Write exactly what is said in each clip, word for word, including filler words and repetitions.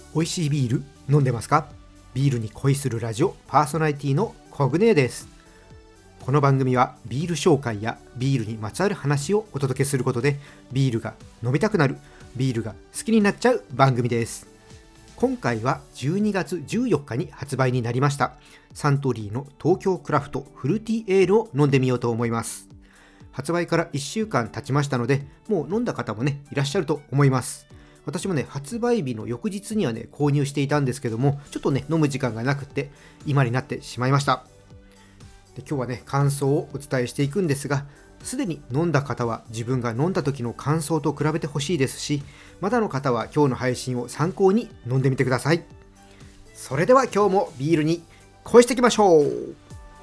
美味しいビール飲んでますか？ビールに恋するラジオパーソナリティのコグネです。この番組はビール紹介やビールにまつわる話をお届けすることで、ビールが飲みたくなる、ビールが好きになっちゃう番組です。今回はじゅうにがつじゅうよっかに発売になりましたサントリーの東京クラフトフルーティーエールを飲んでみようと思います。発売からいっしゅうかん経ちましたので、もう飲んだ方もねいらっしゃると思います。私もね発売日の翌日にはね購入していたんですけども、ちょっとね飲む時間がなくて今になってしまいました。で今日はね感想をお伝えしていくんですが、すでに飲んだ方は自分が飲んだ時の感想と比べてほしいですし、まだの方は今日の配信を参考に飲んでみてください。それでは今日もビールに恋していきましょう。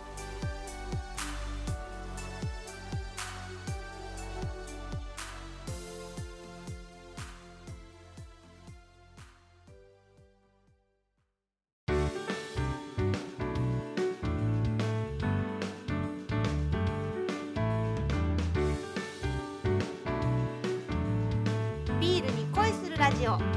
ビールに恋するラジオ。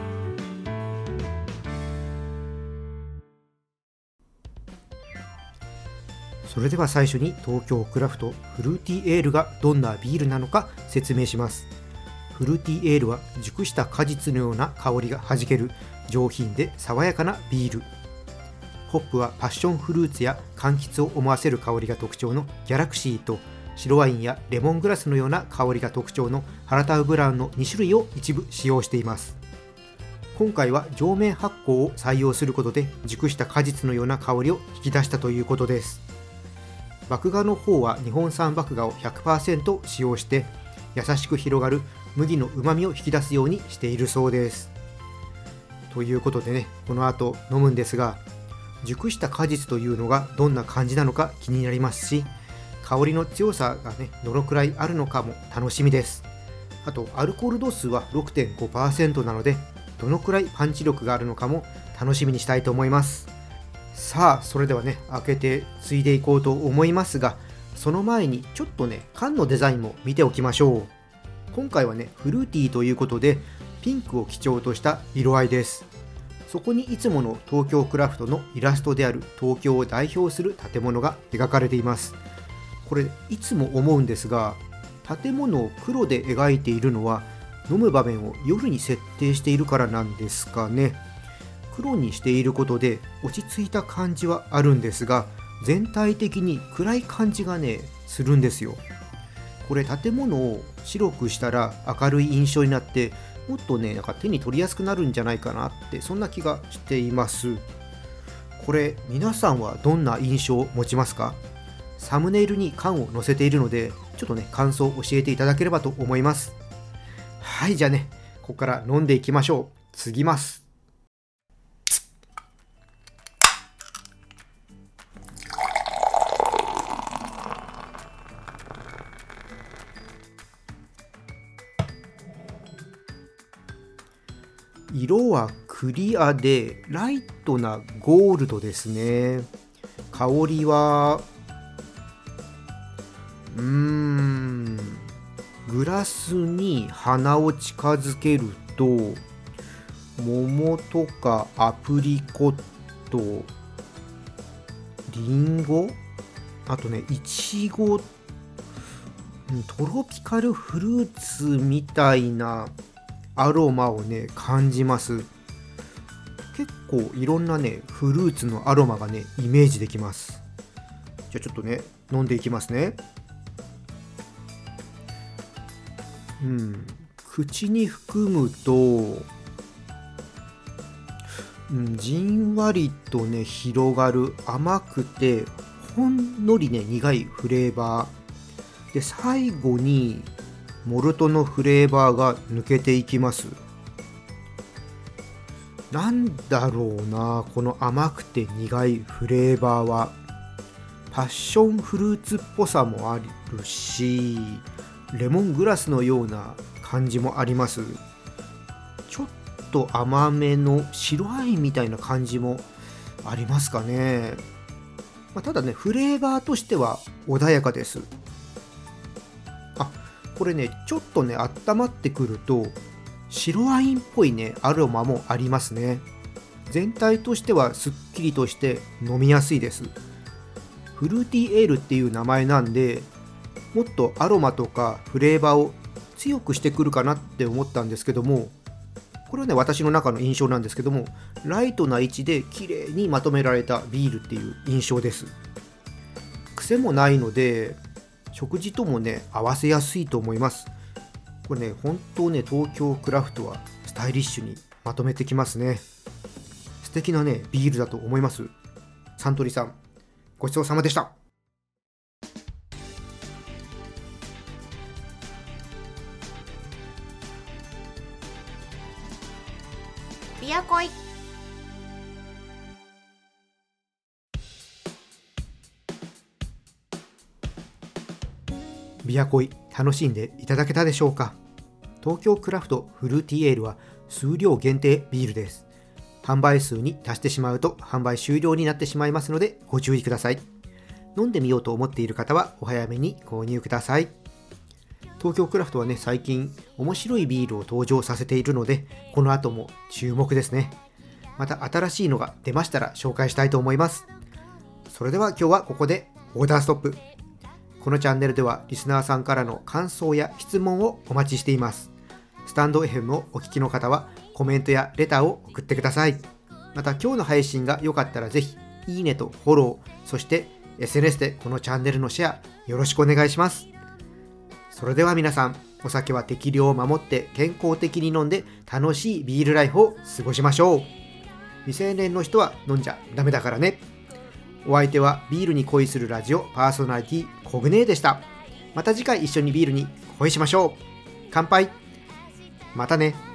それでは最初に東京クラフトフルーティーエールがどんなビールなのか説明します。フルーティーエールは熟した果実のような香りがはじける上品で爽やかなビール。ホップはパッションフルーツや柑橘を思わせる香りが特徴のギャラクシーと、白ワインやレモングラスのような香りが特徴のハラタウブラウンのにしゅるいを一部使用しています。今回は上面発酵を採用することで熟した果実のような香りを引き出したということです。麦芽の方は日本産麦芽を ひゃくパーセント 使用して、優しく広がる麦のうまみを引き出すようにしているそうです。ということでね、この後飲むんですが、熟した果実というのがどんな感じなのか気になりますし、香りの強さがねどのくらいあるのかも楽しみです。あとアルコール度数は ろくてんごパーセント なので、どのくらいパンチ力があるのかも楽しみにしたいと思います。さあそれではね開けてついでいこうと思いますが、その前にちょっとね缶のデザインも見ておきましょう。今回はねフルーティーということでピンクを基調とした色合いです。そこにいつもの東京クラフトのイラストである東京を代表する建物が描かれています。これいつも思うんですが、建物を黒で描いているのは飲む場面を夜に設定しているからなんですかね。黒にしていることで落ち着いた感じはあるんですが、全体的に暗い感じがねするんですよ。これ建物を白くしたら明るい印象になって、もっとねなんか手に取りやすくなるんじゃないかなって、そんな気がしています。これ皆さんはどんな印象を持ちますか？サムネイルに缶を載せているので、ちょっとね感想を教えていただければと思います。はい、じゃあねここから飲んでいきましょう。継ぎます。色はクリアでライトなゴールドですね。香りはうーんグラスに鼻を近づけると、桃とかアプリコット、リンゴ、あとねイチゴ、トロピカルフルーツみたいなアロマをね感じます。結構いろんなねフルーツのアロマがねイメージできます。じゃあちょっとね飲んでいきますね。うん、口に含むと、うん、じんわりとね広がる甘くてほんのりね苦いフレーバーで、最後にモルトのフレーバーが抜けていきます。なんだろうな、この甘くて苦いフレーバーは。パッションフルーツっぽさもあるし、レモングラスのような感じもあります。ちょっと甘めの白ワインみたいな感じもありますかね。まあ、ただねフレーバーとしては穏やかです。あ、これねちょっとね温まってくると白ワインっぽいねアロマもありますね。 全体としてはすっきりとして飲みやすいです。フルーティーエールっていう名前なんで、もっとアロマとかフレーバーを強くしてくるかなって思ったんですけども、これはね私の中の印象なんですけども、ライトな位置で綺麗にまとめられたビールっていう印象です。癖もないので食事ともね合わせやすいと思います。これね本当ね東京クラフトはスタイリッシュにまとめてきますね。素敵なねビールだと思います。サントリーさんごちそうさまでした。 ビアコイ。 ビアコイ楽しんでいただけたでしょうか。東京クラフトフルーティーエールは数量限定ビールです。販売数に達してしまうと販売終了になってしまいますのでご注意ください。飲んでみようと思っている方はお早めに購入ください。東京クラフトはね最近面白いビールを登場させているので、この後も注目ですね。また新しいのが出ましたら紹介したいと思います。それでは今日はここでオーダーストップ。このチャンネルではリスナーさんからの感想や質問をお待ちしています。スタンド エフエム をお聞きの方はコメントやレターを送ってください。また今日の配信が良かったらぜひいいねとフォロー、そして エスエヌエス でこのチャンネルのシェアよろしくお願いします。それでは皆さん、お酒は適量を守って健康的に飲んで楽しいビールライフを過ごしましょう。未成年の人は飲んじゃダメだからね。お相手はビールに恋するラジオパーソナリティコグネーでした。また次回一緒にビールに恋しましょう。乾杯。またね。